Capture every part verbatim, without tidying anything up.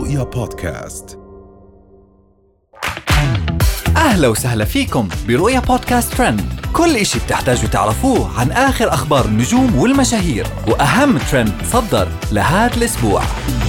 رؤيا بودكاست. أهلا وسهلا فيكم برؤيا بودكاست ترند، كل إشي بتحتاجوا تعرفوه عن آخر أخبار النجوم والمشاهير وأهم ترند صدر لهذا الأسبوع.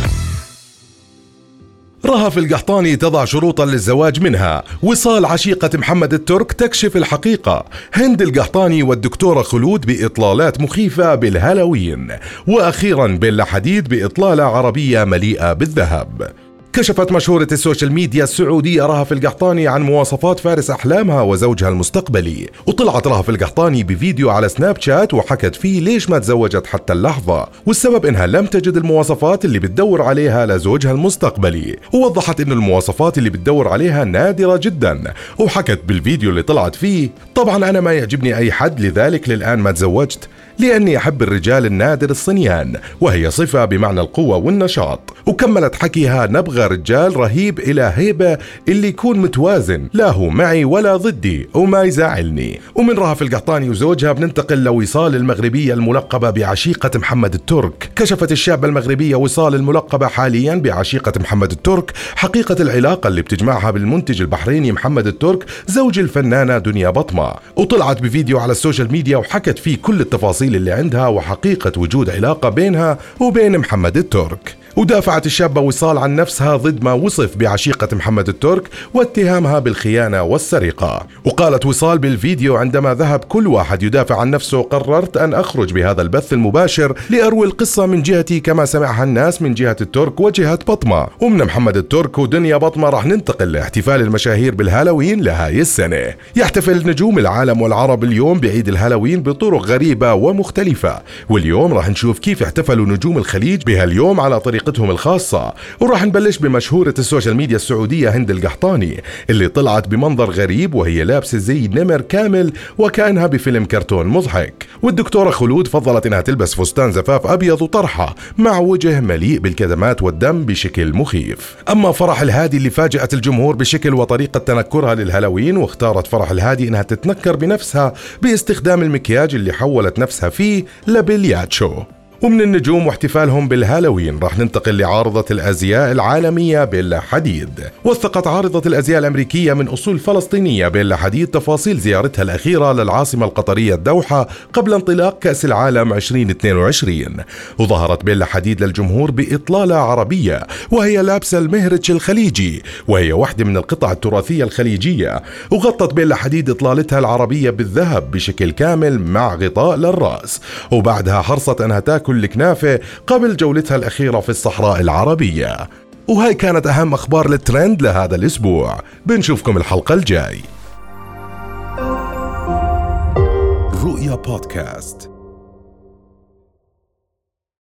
رهف القحطاني تضع شروطا للزواج، منها وصال عشيقة محمد الترك تكشف الحقيقة، هند القحطاني والدكتورة خلود بإطلالات مخيفة بالهالوين، وأخيرا بيلا حديد بإطلالة عربية مليئة بالذهب. كشفت مشهورة السوشيال ميديا السعودية رهف القحطاني عن مواصفات فارس أحلامها وزوجها المستقبلي، وطلعت رهف القحطاني بفيديو على سناب شات وحكت فيه ليش ما تزوجت حتى اللحظة، والسبب إنها لم تجد المواصفات اللي بتدور عليها لزوجها المستقبلي، ووضحت إن المواصفات اللي بتدور عليها نادرة جدا، وحكت بالفيديو اللي طلعت فيه: طبعا أنا ما يعجبني أي حد، لذلك للآن ما تزوجت، لأني أحب الرجال النادر الصنيان، وهي صفة بمعنى القوة والنشاط. وكملت حكيها: نبغى رجال رهيب إلى هيبة، اللي يكون متوازن، لا هو معي ولا ضدي وما يزعلني. ومن رهف القحطاني وزوجها بننتقل لوصال المغربية الملقبة بعشيقة محمد الترك. كشفت الشابة المغربية وصال الملقبة حاليا بعشيقة محمد الترك حقيقة العلاقة اللي بتجمعها بالمنتج البحريني محمد الترك زوج الفنانة دنيا بطمة، وطلعت بفيديو على السوشيال ميديا وحكت فيه كل التفاصيل اللي عندها وحقيقة وجود علاقة بينها وبين محمد الترك. ودافعت الشابة وصال عن نفسها ضد ما وصف بعشيقة محمد الترك واتهامها بالخيانة والسرقة. وقالت وصال بالفيديو: عندما ذهب كل واحد يدافع عن نفسه قررت أن أخرج بهذا البث المباشر لأروي القصة من جهتي كما سمعها الناس من جهة الترك وجهة بطمة. ومن محمد الترك ودنيا بطمة راح ننتقل لاحتفال المشاهير بالهالوين لهاي السنة. يحتفل نجوم العالم والعرب اليوم بعيد الهالوين بطرق غريبة ومختلفة، واليوم راح نشوف كيف احتفلوا نجوم الخليج بهاليوم على طريقة طريقتهم الخاصة. وراح نبلش بمشهورة السوشيال ميديا السعودية هند القحطاني اللي طلعت بمنظر غريب وهي لابسة زي نمر كامل وكأنها بفيلم كرتون مضحك. والدكتورة خلود فضلت انها تلبس فستان زفاف ابيض وطرحة مع وجه مليء بالكدمات والدم بشكل مخيف. اما فرح الهادي اللي فاجأت الجمهور بشكل وطريقة تنكرها للهالوين، واختارت فرح الهادي انها تتنكر بنفسها باستخدام المكياج اللي حولت نفسها فيه لبلياتشو. ومن النجوم واحتفالهم بالهالوين راح ننتقل لعارضة الأزياء العالمية بيلا حديد. وثقت عارضة الأزياء الأمريكية من أصول فلسطينية بيلا حديد تفاصيل زيارتها الأخيرة للعاصمة القطرية الدوحة قبل انطلاق كأس العالم عشرين اثنين وعشرين. وظهرت بيلا حديد للجمهور بإطلالة عربية وهي لابسة المهرج الخليجي، وهي واحدة من القطع التراثية الخليجية. وغطت بيلا حديد إطلالتها العربية بالذهب بشكل كامل مع غطاء للرأس، وبعدها حرصت أنها تاكل الكنافة قبل جولتها الأخيرة في الصحراء العربية. وهاي كانت أهم أخبار الترند لهذا الأسبوع، بنشوفكم الحلقة الجاي. رؤيا بودكاست.